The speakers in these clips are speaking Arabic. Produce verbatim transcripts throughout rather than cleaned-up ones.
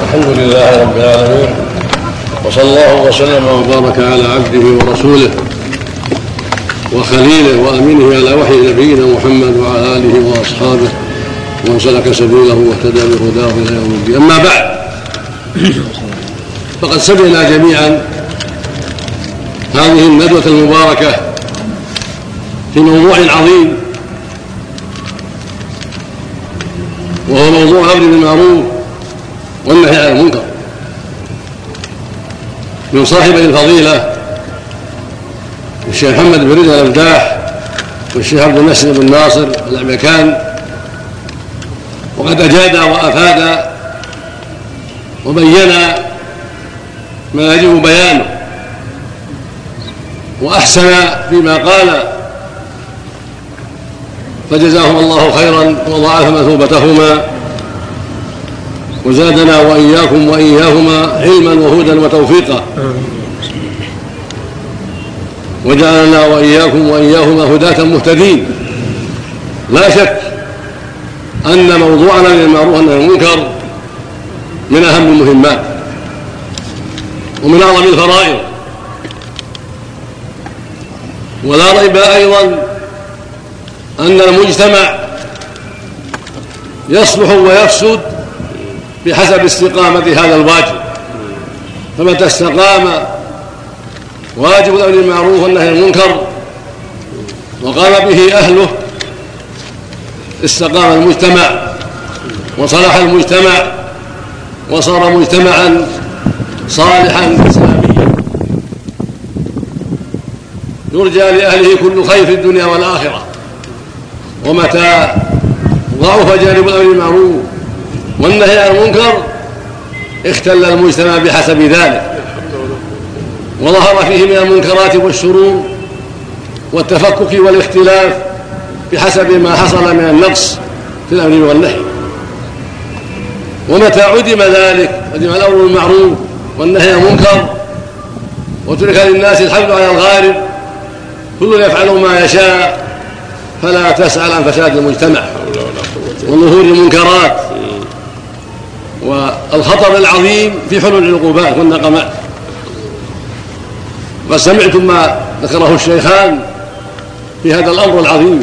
الحمد لله رب العالمين، وصلى الله وسلم وبارك على عبده ورسوله وخليله وامينه على وحي نبينا محمد وعلى اله واصحابه ومن سلك سبيله واهتدى بهداه الى يوم الدين. اما بعد، فقد سمعنا جميعا هذه الندوة المباركة في موضوع عظيم، وهو موضوع الأمر بالمعروف والنهي عن المنكر من صاحبي الفضيلة الشيخ محمد بن رضا الأفداح والشيخ عبد المحسن بن ناصر العمكان، وقد أجاد وأفاد وبين ما يجب بيانه وأحسن فيما قال، فجزاهم الله خيرا وضاعف مثوبتهما وزادنا وإياكم وإياهما علما وهدى وتوفيقا، وجعلنا وإياكم وإياهما هداة مهتدين. لا شك أن موضوعنا للمعروف والنهي عن المنكر من أهم المهمات ومن أعظم الفرائض، ولا ريب أيضا أن المجتمع يصلح ويفسد بحسب استقامة هذا الواجب، فمتى استقام واجب الأمر بالمعروف والنهي عن المنكر وقام به أهله استقام المجتمع وصلح المجتمع وصار مجتمعا صالحا إسلاميا يرجى لأهله كل خير في الدنيا والآخرة. ومتى ضعف جانب الأمر بالمعروف والنهي عن المنكر اختل المجتمع بحسب ذلك، وظهر فيه من المنكرات والشرور والتفكك والاختلاف بحسب ما حصل من النقص في الأمر والنهي. ومتى عدم ذلك، عدم الأمر بالمعروف والنهي عن المنكر وترك للناس الحمل على الغارب، كل يفعل ما يشاء، فلا تسأل عن فساد المجتمع وظهور المنكرات والخطر العظيم في حلول العقوبات والنقمات. وسمعتم ما ذكره الشيخان في هذا الأمر العظيم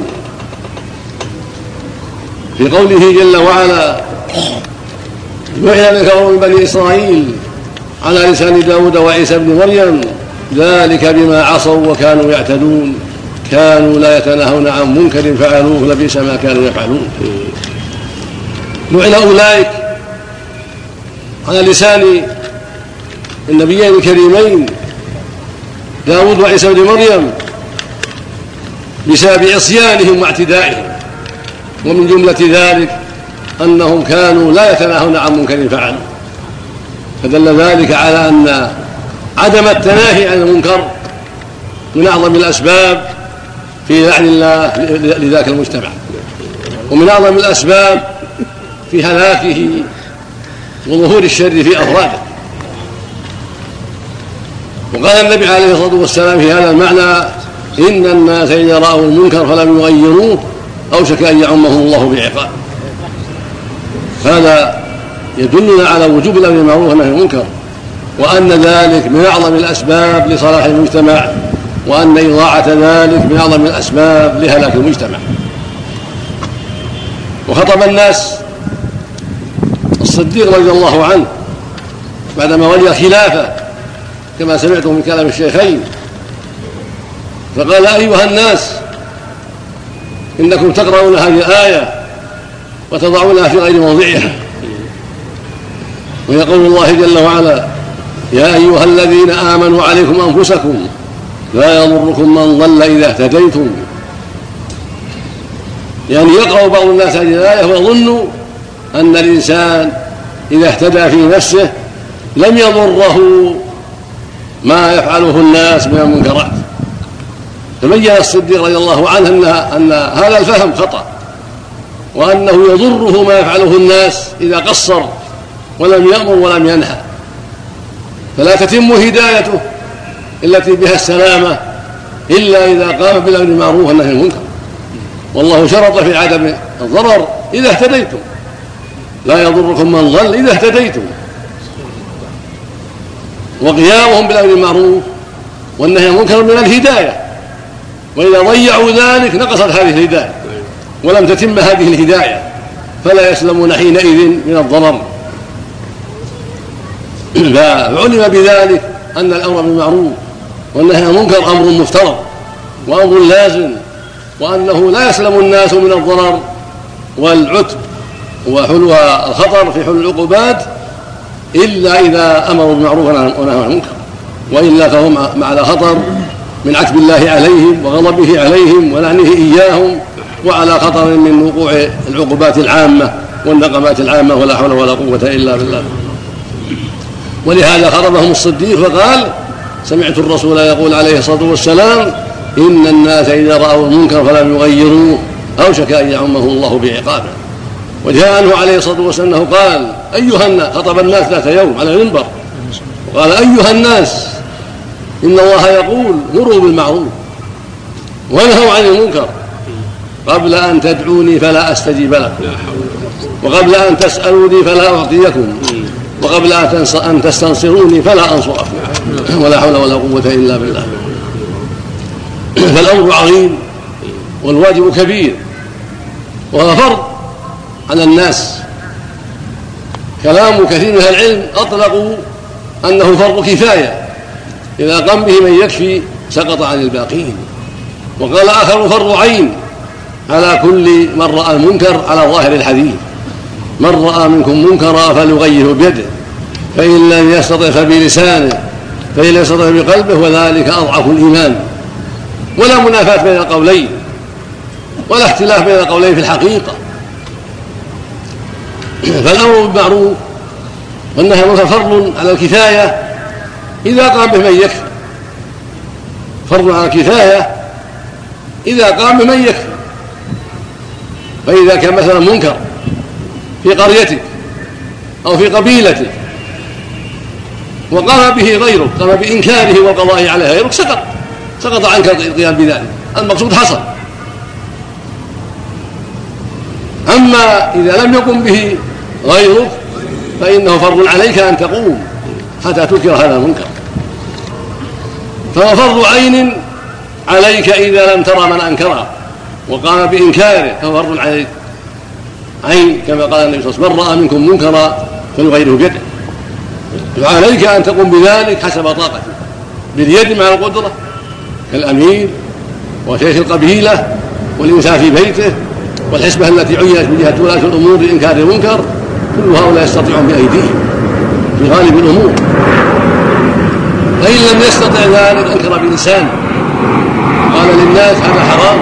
في قوله جل وعلا: لعن الكفار من بني إسرائيل على لسان داود وعيسى بن مريم ذلك بما عصوا وكانوا يعتدون كانوا لا يتناهون عن منكر فعلوه لبئس ما كانوا يفعلون. لعن أولئك على لسان النبيين الكريمين داود وعيسى بن مريم بسبب عصيانهم واعتدائهم، ومن جملة ذلك أنهم كانوا لا يتناهون عن منكر فعلوه، فدل ذلك على أن عدم التناهي عن المنكر من أعظم الأسباب في لعن الله لذاك المجتمع، ومن أعظم الأسباب في هلاكه وظهور الشر في أفراده. وقال النبي عليه الصلاة والسلام في هذا المعنى: إن الناس إذا رأوا المنكر فلم يغيروه أوشك أن يعمهم الله بعقاب. هذا يدلنا على وجوب الأمر بالمعروف والنهي عن المنكر، وأن ذلك من أعظم الأسباب لصلاح المجتمع، وأن إضاعة ذلك من أعظم الأسباب لهلاك المجتمع. وخطب الناس الصديق رضي الله عنه بعدما ولي الخلافة كما سمعتم من كلام الشيخين، فقال: أيها الناس، إنكم تقرؤون هذه الآية وتضعونها في غير موضعها، ويقول الله جل وعلا: يا أيها الذين آمنوا عليكم أنفسكم لا يضركم من ضل إذا اهتديتم. يعني يقرأ بعض الناس هذه الآية ويظن أن الإنسان إذا اهتدى في نفسه لم يضره ما يفعله الناس من المنكرات. تبين الصديق رضي الله عنه أن هذا الفهم خطأ، وأنه يضره ما يفعله الناس إذا قصر ولم يأمر ولم ينهى، فلا تتم هدايته التي بها السلامة إلا إذا قام بالأمر بالمعروف والنهي عن المنكر. والله شرط في عدم الضرر إذا اهتديتم، لا يضركم من ضل إذا اهتديتم، وقيامهم بالأمر بالمعروف والنهي عن المنكر من الهداية، وإذا ضيعوا ذلك نقصت هذه الهداية ولم تتم هذه الهداية، فلا يسلمون حينئذ من الضرر. فعلم بذلك أن الأمر بالمعروف والنهي عن المنكر أمر مفترض وأمر لازم، وأنه لا يسلم الناس من الضرر والعتب وحلول الخطر في حلول العقوبات إلا إذا أمروا بالمعروف ونهوا عن المنكر، وإلا فهم على خطر من عتب الله عليهم وغضبه عليهم ولعنه إياهم، وعلى خطر من وقوع العقوبات العامة والنقمات العامة، ولا حول ولا قوة إلا بالله. ولهذا خطبهم الصديق فقال: سمعت الرسول يقول عليه الصلاة والسلام: إن الناس إذا رأوا المنكر فلم يغيروه أوشك أن يعمه الله بعقابه. وجاء عنه عليه الصلاة والسلام أنه قال: أيها الناس، خطب الناس ذات يوم على المنبر وقال: أيها الناس، إن الله يقول: مروا بالمعروف ونهوا عن المنكر قبل أن تدعوني فلا أستجيب لكم، وقبل أن تسألوني فلا أعطيكم، وقبل أن تستنصروني فلا أنصركم، ولا حول ولا قوة إلا بالله. فالأمر عظيم والواجب كبير، وهو فرض على الناس. كلام كثير من العلم أطلقوا أنه فرض كفاية، إذا قام به من يكفي سقط عن الباقين. وقال آخر: فرض عين على كل من رأى المنكر على ظاهر الحديث: من رأى منكم منكرا فليغيره بيده، فإن لم يستطع فبلسانه، فإن لم يستطع بقلبه، وذلك أضعف الإيمان. ولا منافاة بين القولين ولا اختلاف بين القولين في الحقيقة. فالأمر بالمعروف والنهي عن المنكر فرض على الكفاية إذا قام به من يكفي، فرض على الكفاية إذا قام بمن يكفي. فإذا كان مثلا منكر في قريتك أو في قبيلتك وقام به غيرك، قام بإنكاره والقضاء عليه غيرك، سقط سقط عنك القيام بذلك، المقصود حصل. أما إذا لم يقم به غيرك فإنه فرض عليك أن تقوم حتى تنكر هذا المنكر. فهو فرض عين عليك إذا لم ترى من أنكره وقام بإنكاره، فهو فرض عليك عين، كما قال النبي صلى الله عليه وسلم: من رأى منكم منكرا فليغيره بيده. فعليك أن تقوم بذلك حسب طاقتك، باليد مع القدرة، كالأمير وشيخ القبيلة والإنسان في بيته والحسبة التي عينت من جهة ولاة الأمور لإنكار المنكر، كل هؤلاء يستطيعون بأيديهم في غالب الأمور. فإن لم يستطع ذلك أنكر بلسانه، قال للناس: هذا حرام.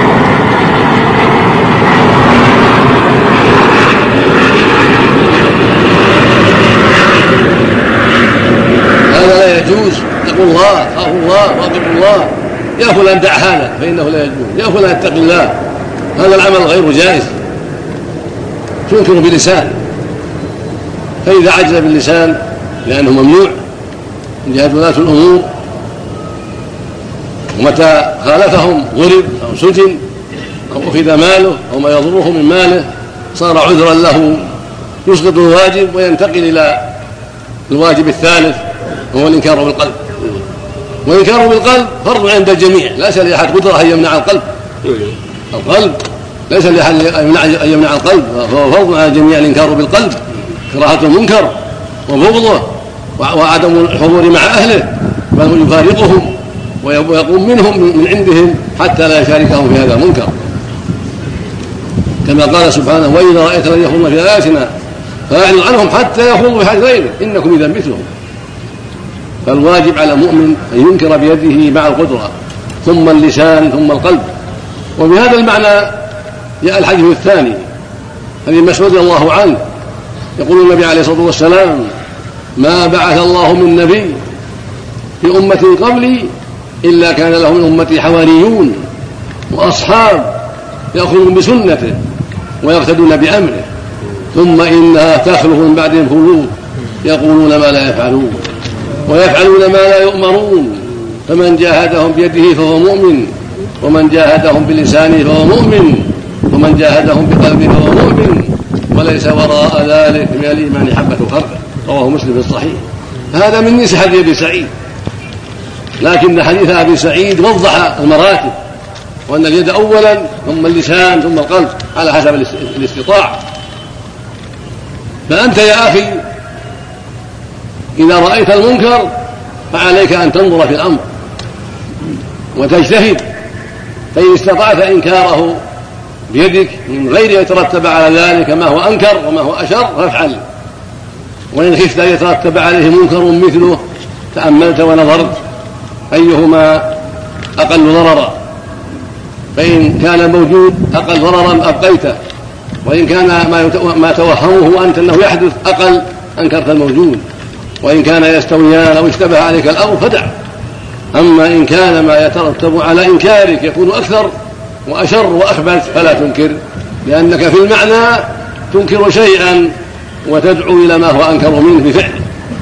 هذا لا يجوز، اتقوا الله، خافوا الله، واطيعوا الله، يا فلان دع هذا فإنه لا يجوز، يا فلان اتق الله، هذا العمل غير جائز. تنكر بلسان، فإذا عجز باللسان لأنه ممنوع من جهة ولاة الأمور، ومتى خالفهم غرب أو سجن أو أخذ ماله أو ما يضره من ماله صار عذرا له، يسقط الواجب وينتقل إلى الواجب الثالث وهو الإنكار بالقلب. والإنكار بالقلب فرض عند الجميع، ليس لأحد قدرة أن يمنع القلب القلب ليس لأحد أن يمنع القلب، فهو فرض على الجميع الإنكار بالقلب، كراهة المنكر وبغضه وعدم الحضور مع أهله، بل يفارقهم ويقوم منهم من عندهم حتى لا يشاركهم في هذا المنكر، كما قال سبحانه: وإذا رأيت الذين يخوضون في آياتنا فأعرض عنهم حتى يخوضوا في حديث غيره إنكم إذا مثلهم. فالواجب على المؤمن أن ينكر بيده مع القدرة، ثم اللسان، ثم القلب. وبهذا المعنى جاء الحديث الثاني حديث مسعود رضي الله عنه، يقول النبي عليه الصلاة والسلام: ما بعث الله من نبي في أمة قبلي إلا كان له من أمتي حواريون وأصحاب يأخذون بسنته ويقتدون بأمره، ثم إنها تخلف من بعدهم خلوف يقولون ما لا يفعلون ويفعلون ما لا يؤمرون، فمن جاهدهم بيده فهو مؤمن، ومن جاهدهم بلسانه فهو مؤمن، ومن جاهدهم بقلبه فهو مؤمن، وليس وراء ذلك من الإيمان حبة خردل. رواه مسلم في الصحيح. هذا من نسخ حديث أبي سعيد، لكن حديث أبي سعيد وضح المراتب، وأن اليد أولا ثم اللسان ثم القلب على حسب الاستطاعة. فأنت يا أخي إذا رأيت المنكر فعليك أن تنظر في الأمر وتجتهد، فإن استطعت إنكاره بيدك من غير أن يترتب على ذلك ما هو أنكر وما هو أشر فافعل، وإن خفت أن يترتب عليه منكر مثله تأملت ونظرت أيهما أقل ضررا، فإن كان موجود أقل ضررا أبقيته، وإن كان ما توهمه أنت أنه يحدث أقل أنكرت الموجود، وإن كان يستويان أو اشتبه عليك الأمر فدع. أما إن كان ما يترتب على إنكارك يكون أكثر وأشر وأخبث فلا تنكر، لأنك في المعنى تنكر شيئا وتدعو إلى ما هو أنكر منه بفعله.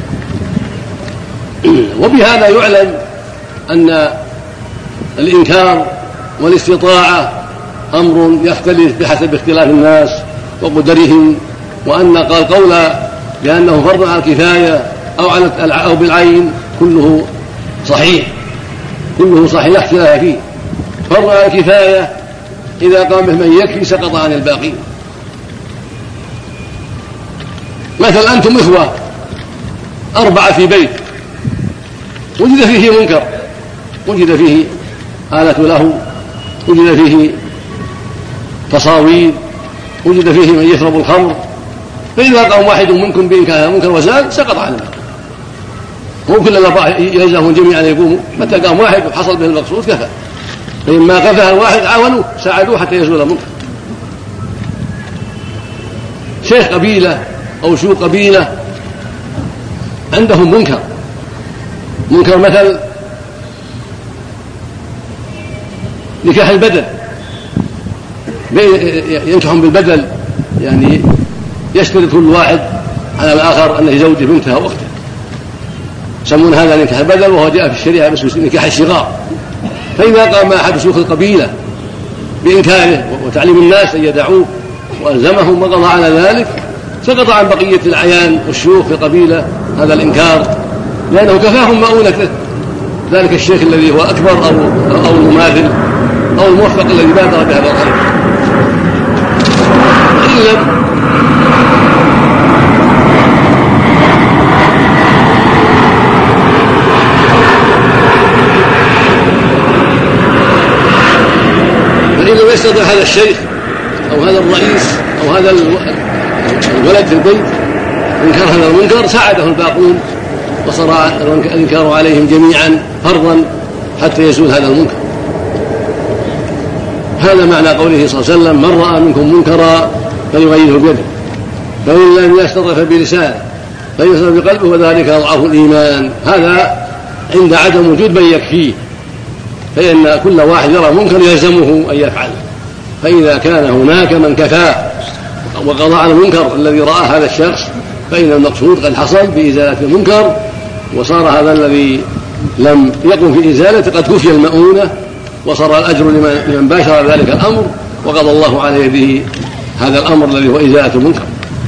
وبهذا يعلم أن الإنكار والاستطاعة أمر يختلف بحسب اختلاف الناس وقدرهم، وأن قال قولا بأنه فرض على الكفاية أو على أو بالعين كله صحيح، كله صحيح لا اختلاف فيه. فرض على الكفاية إذا قام به من يكفي سقط عن الباقين. مثلا أنتم إخوة أربعة في بيت وجد فيه منكر، وجد فيه آلة له، وجد فيه تصاوير، وجد فيه من يشرب الخمر، فإذا قام واحد منكم بإنكار المنكر وزاد سقط عنه. مو كل الأربعة يلزمهم جميعا يقوموا، متى قام واحد وحصل به المقصود كفى، فإما كفى الواحد عاونوه ساعدوه حتى يزول المنكر. شيخ قبيلة أو شيوخ قبيلة عندهم منكر، منكر مثل نكاح البدل، ينكحهم بالبدل، يعني يشترط كل واحد على الآخر أنه يزوج بنته أو أخته، يسمون هذا نكاح البدل، وهو جاء في الشريعة باسم نكاح الشغار. فإذا قام أحد شيوخ القبيلة بإنكاره وتعليم الناس أن يدعوه وألزمهم وقضى على ذلك سقط عن بقية الأعيان والشيوخ في القبيلة هذا الإنكار، لأنه كفاهم مؤونته ذلك الشيخ الذي هو أكبر أو أو المماثل أو الموفق الذي بادر بهذا الخير. فإن لم يستطع هذا الشيخ أو هذا الرئيس أو هذا الولد في البيت إنكار هذا المنكر ساعده الباقون وصار الإنكار عليهم جميعا فرضا حتى يزول هذا المنكر. هذا معنى قوله صلى الله عليه وسلم: من رأى منكم منكرا فليغيره بيده، فإن لم يستطع فبلسانه، فإن يستطع بقلبه وذلك أضعف الإيمان. هذا عند عدم وجود من يكفيه، فإن كل واحد يرى منكر يلزمه أن يفعل، فإذا كان هناك من كفاه وقضى على المنكر الذي رآه هذا الشخص فإن المقصود قد حصل بإزالة المنكر، وصار هذا الذي لم يقم في إزالته قد كفي المؤونة، وصار الأجر لمن باشر ذلك الأمر وقضى الله على يده هذا الأمر الذي هو إزالة المنكر.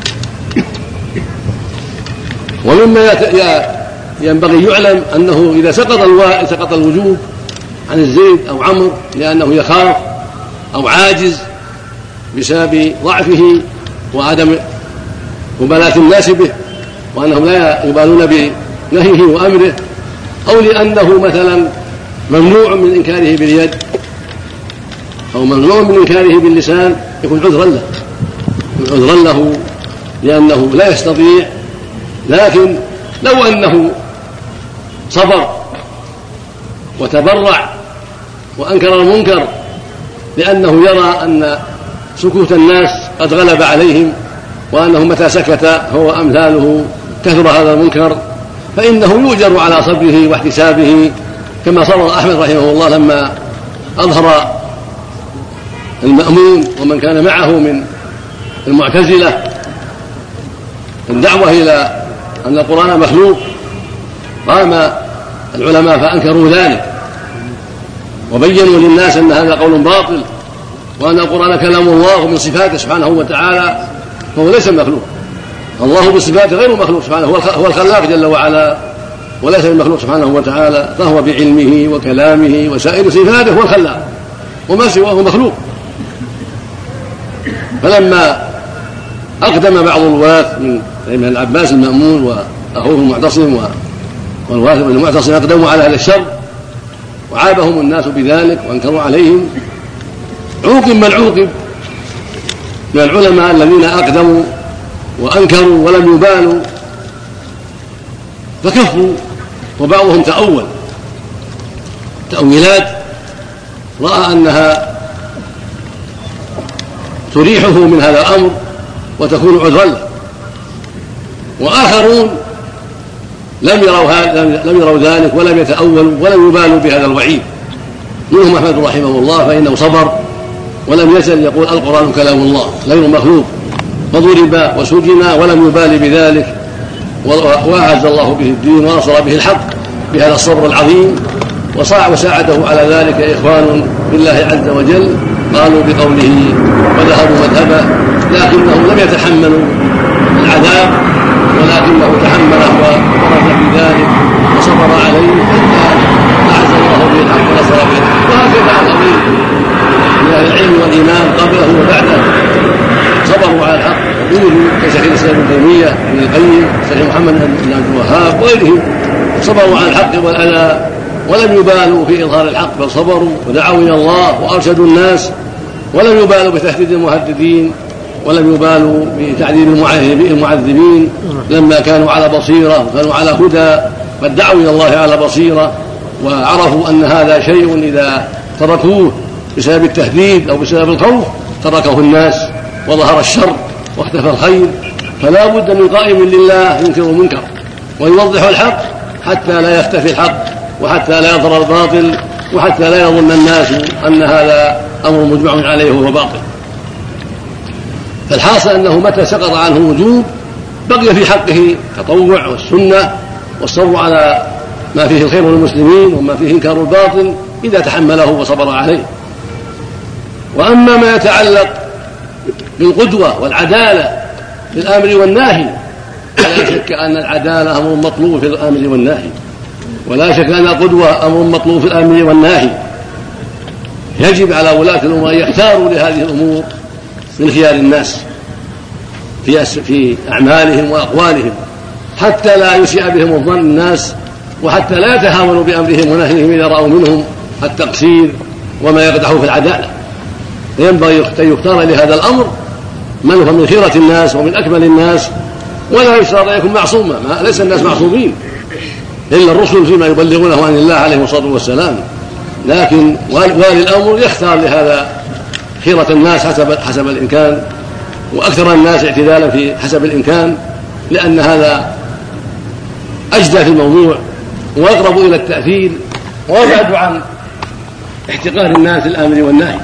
ومما ينبغي يعلم أنه إذا سقط سقط الوجوب عن الزيد أو عمرو لأنه يخاف أو عاجز بسبب ضعفه وعدم مبالاة الناس به وأنهم لا يبالون بنهيه وأمره، أو لأنه مثلا ممنوع من إنكاره باليد أو ممنوع من إنكاره باللسان، يكون عذرا له عذرا له لأنه لا يستطيع. لكن لو أنه صبر وتبرع وأنكر المنكر لأنه يرى أن سكوت الناس قد غلب عليهم وأنه متى سكت هو أمثاله كثر هذا المنكر، فإنه يؤجر على صبره واحتسابه، كما صبر أحمد رحمه الله لما أظهر المأمون ومن كان معه من المعتزلة الدعوة إلى أن القرآن مخلوق، قام العلماء فأنكروا ذلك وبينوا للناس أن هذا قول باطل وأن القرآن كلام الله من صفاته سبحانه وتعالى، فهو ليس مخلوق. الله بصفاته غير مخلوق سبحانه، هو الخلاق جل وعلا وليس بالمخلوق سبحانه وتعالى، فهو بعلمه وكلامه وسائر صفاته هو الخلاق، وما سواه مخلوق. فلما أقدم بعض الولاة من العباس المأمون وأخوه المعتصم والوارث بن المعتصم أقدموا على أهل الشر وعابهم الناس بذلك وأنكروا عليهم، عوقب من عوقب من العلماء الذين أقدموا وأنكروا ولم يبالوا فكفوا، وبعضهم تأول تأويلات رأى أنها تريحه من هذا الأمر وتكون عذرا له، وآخرون لم يروا لم يروا ذلك ولم يتأولوا ولم يبالوا بهذا الوعيد. منهم أحمد رحمه الله فإنه صبر ولم يزل يقول القرآن كلام الله غير مخلوق، فضرب وسجن ولم يبال بذلك، وأعز الله به الدين ونصر به الحق بهذا الصبر العظيم، وساعده على ذلك إخوان بالله عز وجل قالوا بقوله وذهبوا مذهبه، لكنهم لم يتحملوا العذاب ولكنه تحمله وبرز في ذلك وصبر عليه حتى أعز الله به الحق ونصر به الحق. وهكذا الأمير من أهل العلم والإيمان قبله وبعده صبروا على الحق، ومنهم كشيخ الإسلام ابن تيمية ابن القيم الشيخ محمد بن عبد الوهاب وغيرهم صبروا على الحق والأذى ولم يبالوا في إظهار الحق، بل صبروا ودعوا إلى الله وأرشدوا الناس، ولم يبالوا بتهديد المهددين، ولم يبالوا بتعذيب المعذبين لما كانوا على بصيرة وكانوا على هدى، بل دعوا إلى الله على بصيرة وعرفوا أن هذا شيء إذا تركوه بسبب التهديد أو بسبب الخوف تركه الناس وظهر الشر واختفى الخير. فلا بد من قائم لله ينكر المنكر ويوضح الحق حتى لا يختفي الحق وحتى لا يظهر الباطل وحتى لا يظن الناس أن هذا أمر مجمع عليه وهو باطل. فالحاصل أنه متى سقط عنه الوجوب بقي في حقه التطوع والسنة والصبر على ما فيه الخير للمسلمين وما فيه إنكار الباطل إذا تحمله وصبر عليه. وأما ما يتعلق بالقدوة والعدالة في الآمر والناهي فلا شك أن العدالة أمر مطلوب في الآمر والناهي، ولا شك أن القدوة أمر مطلوب في الآمر والناهي. يجب على ولاة الأمور أن يختاروا لهذه الأمور من خيار الناس في في أعمالهم وأقوالهم حتى لا يسيء بهم الظن الناس، وحتى لا يتهاونوا بأمرهم ونهيهم إذا رأوا منهم التقصير وما يقدح في العدالة. ينبغي أن يختار لهذا الأمر من هو من خيرة الناس ومن أكمل الناس، ولا يشترط أن يكون معصوما، ليس الناس معصومين إلا الرسل فيما يبلغونه عن الله عليه الصلاة والسلام، لكن والي الأمر يختار لهذا خيرة الناس حسب حسب الإمكان وأكثر الناس اعتدالا في حسب الإمكان، لأن هذا أجدى في الموضوع وأقرب إلى التأثير وأبعد عن احتقار الناس الآمر والناهي.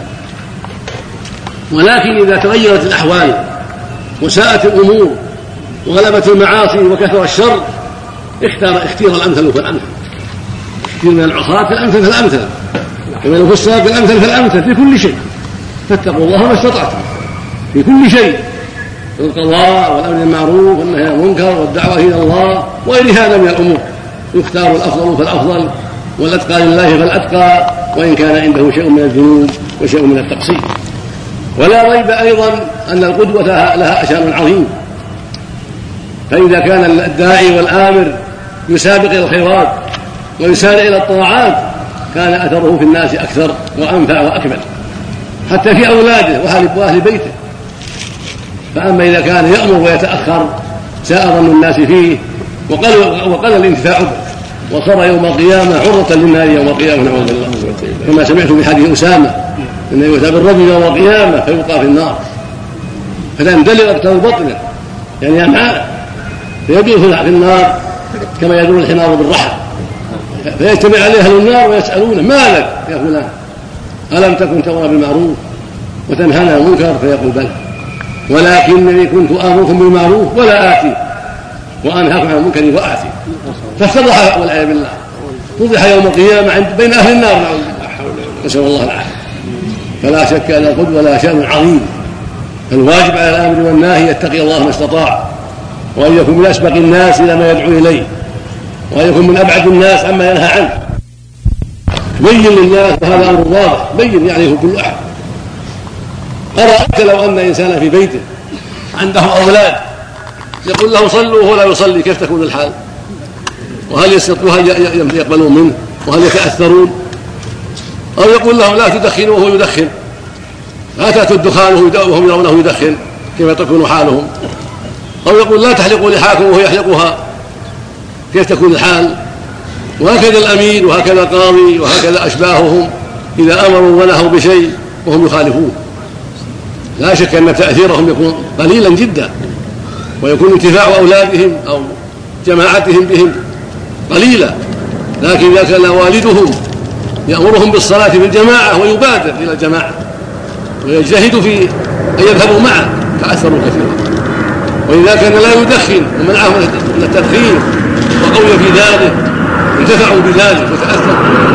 ولكن إذا تغيرت الأحوال وساءت الأمور وغلبت المعاصي وكثر الشر اختار اختير الأمثل فالأمثل، اختير من العصاة الأمثل فالأمثل، ومن الفساق الأمثل فالأمثل في كل شيء. فاتقوا الله ما استطعتم في كل شيء، في القضاء والأمر بالمعروف والنهي عن المنكر والدعوة إلى الله وغير هذا من الأمور. يختار الأفضل فالأفضل والأتقى لله فالأتقى، وإن كان عنده شيء من الذنوب وشيء من التقصير. ولا ريب أيضا أن القدوة لها أشان عظيم، فإذا كان الداعي والآمر يسابق إلى الخيرات ويسارع إلى الطاعات كان أثره في الناس أكثر وأنفع وأكمل حتى في أولاده وأهل بيته. فأما إذا كان يأمر ويتأخر ساء ظن الناس فيه وقل, وقل الانتفاع به، وصار يوم القيامة عرضة للنار يوم القيامة نعوذ بالله، كما سمعت في حديث أسامة إنه يؤتى بالرجل يوم القيامة فيلقى في النار فتندلق أكثر بطنه يعني أمعاء فيبيض في النار كما يدور الحمار بالرحى، فيجتمع عليه أهل النار ويسألونه ما لك يا فلان ألم تكن تأمر بالمعروف وتنهى عن المنكر؟ فيقول بلى ولكنني كنت آمركم بالمعروف ولا آتي وأنهاكم عن المنكر وآتي. فافتضح والعياذ بالله، فضح يوم القيامة عند بين أهل النار نعوذ بالله، نسأل الله العافية. فلا شك أن القدوة لها شأن عظيم، فالواجب على الآمر والناهي يتقي الله ما استطاع وأن يكون من أسبق الناس إلى ما يدعو إليه، وأن يكون من أبعد الناس عما ينهى عنه، بين للناس، وهذا أمر واضح بين يعرفه كل أحد. أرأيت لو أن إنسانا في بيته عنده أولاد يقول له صلوا وهو لا يصلي، كيف تكون الحال؟ وهل يستطيعون يقبلون منه؟ وهل يتأثرون؟ أو يقول له لا تدخنوا وهو يدخن، لا تأتوا الدخان وهم يرونه يدخن، كيف تكون حالهم؟ أو يقول لا تحلقوا لحاكم وهو يحلقها، كيف تكون الحال؟ وهكذا الأمير وهكذا القاضي وهكذا أشباههم إذا أمروا ونهوا بشيء وهم يخالفون، لا شك أن تأثيرهم يكون قليلا جدا، ويكون انتفاع أولادهم أو جماعتهم بهم قليلا. لكن إذا كان والدهم يأمرهم بالصلاة في الجماعة ويبادر إلى الجماعة ويجتهد في أن يذهبوا معه تأثروا كثيرا. وإذا كان لا يدخن ومنعهم من التدخين وقوي في ذلك انتفعوا بذلك وتأثروا.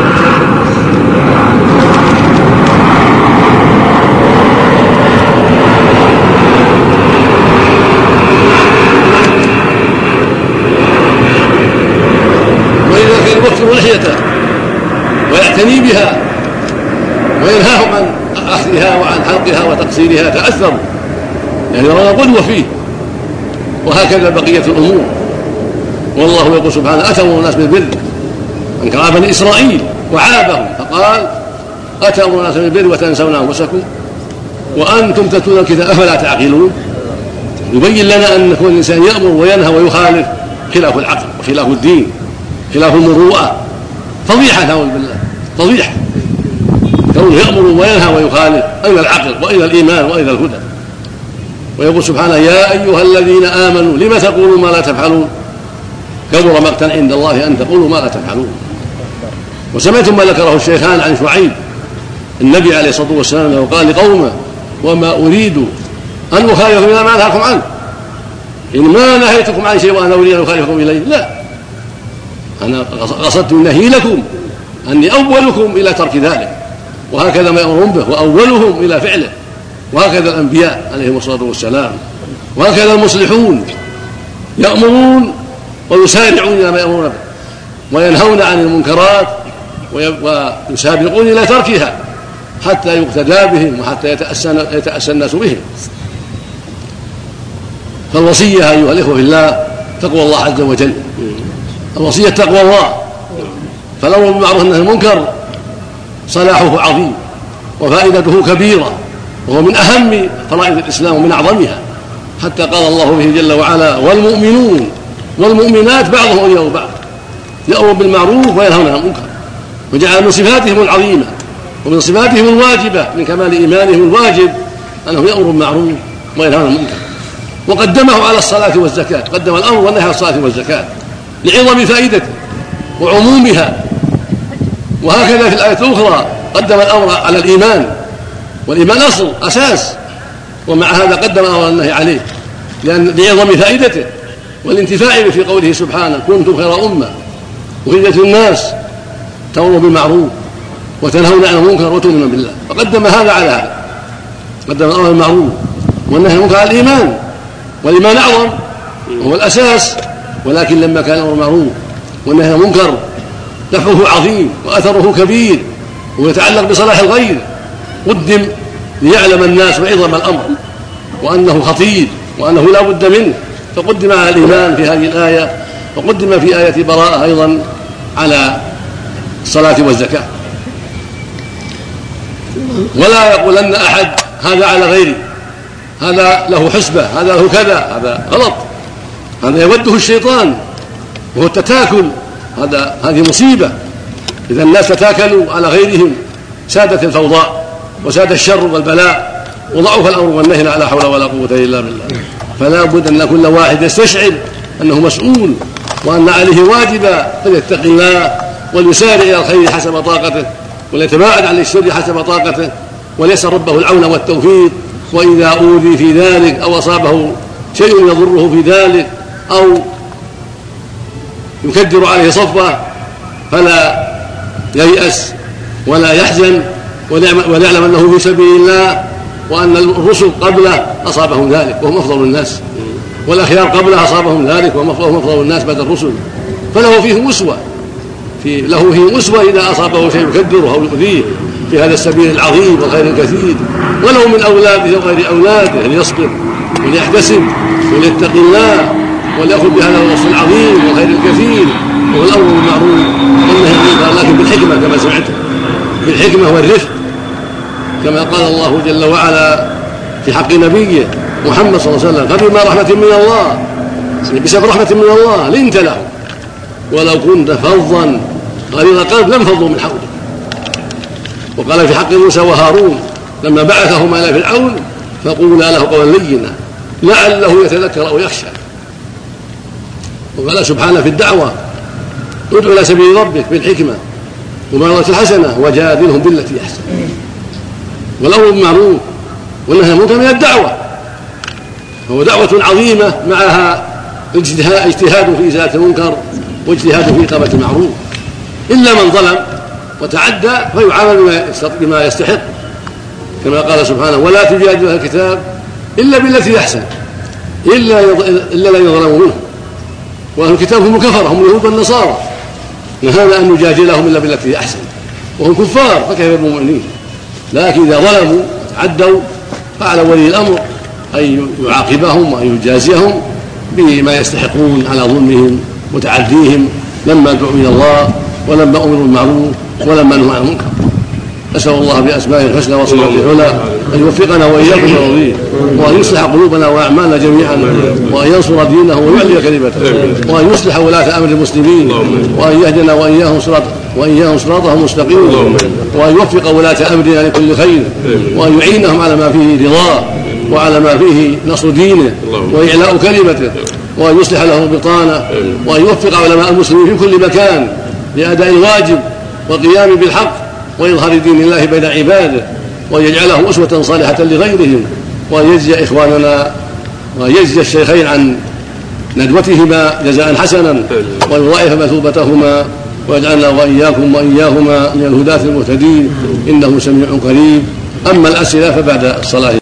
وإذا كان يوفر لحيته ويعتني بها وينهاهم عن أخذها وعن حلقها وتقصيرها تأثروا، يعني رأى قدوة فيه. وهكذا بقية الأمور. والله يقول سبحانه أتأمرون الناس بالبر، أنكر بني إسرائيل وعابهم فقال أتأمرون الناس بالبر وتنسون أنفسكم وأنتم تتلون الكتاب أفلا تعقلون. يبين لنا أن كل إنسان يأمر وينهى ويخالف خلاف العقل وخلاف الدين خلاف المروءة، فضيحة نعوذ بالله، فضيحة كونه يأمر وينهى ويخالف أين العقل وأين الإيمان وأين الهدى. ويقول سبحانه يا أيها الذين آمنوا لم تقولوا ما لا تفعلون كبر مقتا عند الله أن تقولوا ما لا تفعلون. وسمعتم ما ذكره الشيخان عن شعيب النبي عليه الصلاة والسلام أنه قال لقومه وما أريد أن أخالفكم إلى ما أنهاكم عنه، إن ما نهيتكم عن شيء وأنا أريد أن أخالفكم إليه، لا، أنا قصدت النهي لكم أني أولكم إلى ترك ذلك، وهكذا ما يأمرون به وأولهم إلى فعله، وهكذا الأنبياء عليهم الصلاة والسلام، وهكذا المصلحون يأمرون ويسارعون إلى ما يأمرون به وينهون عن المنكرات ويسابقون إلى تركها حتى يقتدى بهم وحتى يتأسى الناس بهم. فالوصية أيها الإخوة في الله تقوى الله عز وجل، الوصية تقوى الله، فالأمر بالمعروف والنهي عن المنكر صلاحه عظيم وفائدته كبيرة، وهو من أهم فرائض الإسلام ومن أعظمها، حتى قال الله به جل وعلا والمؤمنون والمؤمنات بعضهم أولياء بعض يأمرون بالمعروف وينهون عن المنكر، وجعل من صفاتهم العظيمة ومن صفاتهم الواجبة من كمال إيمانهم الواجب أنه يأمر بالمعروف وينهون عن المنكر، وقدمه على الصلاة والزكاة، قدم الأمر والنهي على الصلاة والزكاة لعظم فائدته وعمومها. وهكذا في الآية الأخرى قدم الأمر على الإيمان، والإيمان أصل أساس، ومع هذا قدم الأمر والنهي عليه لأن لعظم فائدته والانتفاع به في قوله سبحانه كنتم خير أمة أخرجت للناس تأمرون بالمعروف وتنهون عن المنكر وتؤمنون بالله، فقدم هذا على هذا، قدم الأمر بالمعروف والنهي عن المنكر على الإيمان، والإيمان أعظم وهو الأساس، ولكن لما كان الأمر بالمعروف والنهي عن المنكر نفعه عظيم وأثره كبير ويتعلق بصلاح الغير قدم ليعلم الناس عظم الأمر وأنه خطير وأنه لا بد منه، فقدم على الإيمان في هذه الآية، وقدم في آية براءة أيضا على الصلاة والزكاة. ولا يقولن أحد هذا على غيري، هذا له حسبة، هذا له كذا، هذا غلط، هذا يوده الشيطان وهو التتاكل، هذا هذه مصيبة. إذا الناس تتاكلوا على غيرهم سادت الفوضى وساد الشر والبلاء وضعف الأمر والنهي لا حول ولا قوة إلا بالله. فلا بد أن كل واحد يستشعر أنه مسؤول وأن عليه واجبا، فليتقي الله وليسارع إلى الخير حسب طاقته وليتباعد عن الشر حسب طاقته وليسأل ربه العون والتوفيق، وإذا أوذي في ذلك أو أصابه شيء يضره في ذلك أو يكدر عليه صفه فلا ييأس ولا يحزن وليعلم أنه في سبيل الله، وأن الرسل قبله أصابهم ذلك وهم أفضل الناس، والأخيار قبله أصابهم ذلك وهم أفضل الناس بعد الرسل، فله فيه أسوة في له فيه أسوة إذا أصابه شيء يكدره أو يؤذيه في هذا السبيل العظيم والخير الكثير. ولو من أولاده وغير أولاده أن يصبر وليحتسب وليتقي الله وليأخذ بهذا الوصف العظيم والخير الكثير وهو الأمر بالمعروف والنهي عن المنكر، لكن بالحكمة كما سمعتم، بالحكمة والرفق كما قال الله جل وعلا في حق نبيه محمد صلى الله عليه وسلم: فبما رحمة من الله، بسبب رحمة من الله لنت لهم ولو كنت فظا غليظ القلب لانفضوا من حولك. وقال في حق موسى وهارون لما بعثهما إلى فرعون: فقولا له قولا لينا لعله يتذكر أو يخشى. وقال سبحانه في الدعوة: ادع إلى سبيل ربك بالحكمة والموعظة الحسنة وجادلهم بالتي أحسن. والأمر بالمعروف والنهي عن المنكر من الدعوة، فهو دعوة عظيمة معها اجتهاد في إزالة المنكر واجتهاد في إقامة المعروف، إلا من ظلم وتعدى فيعامل بما يستحق، كما قال سبحانه: ولا تجادل أهل الكتاب إلا بالتي أحسن إلا إلا الذين ظلموا منهم. وأهل الكتاب هم كفرة، هم اليهود والنصارى، نهانا أن نجادلهم إلا بالتي أحسن، وهم كفار فكيف بالمؤمنين. لكن إذا ظلموا وتعدوا فعلى ولي الأمر أن يعاقبهم وأن يجازيهم بما يستحقون على ظلمهم وتعديهم لما دعوا إلى الله ولما أمروا بالمعروف ولما نهوا عن المنكر. أسأل الله بأسمائه الحسنى وصفاته العلى أن يوفقنا وإياكم للرضي، وأن يصلح قلوبنا وأعمالنا جميعا، وأن ينصر دينه ويعلي كلمته، وأن يصلح ولاة أمر المسلمين، وأن يهدنا وإياهم صراط وإياهم صراطه المستقيم، وأن يوفق ولاة أمرنا لكل خير، وأن يعينهم على ما فيه رضاه وعلى ما فيه نصر دينه وإعلاء كلمته، وأن يصلح له البطانة، وأن يوفق علماء المسلمين في كل مكان لأداء الواجب والقيام بالحق وإظهار دين الله بين عباده، وأن يجعله أسوة صالحة لغيرهم، وأن يجزي إخواننا وأن يجزي الشيخين عن ندوتهما جزاء حسنا، ويضاعف مثوبتهما، ويجعلنا وإياكم وإياهما من الهداة المهتدين، إنه سميع قريب. أما الأسئلة فبعد الصلاة.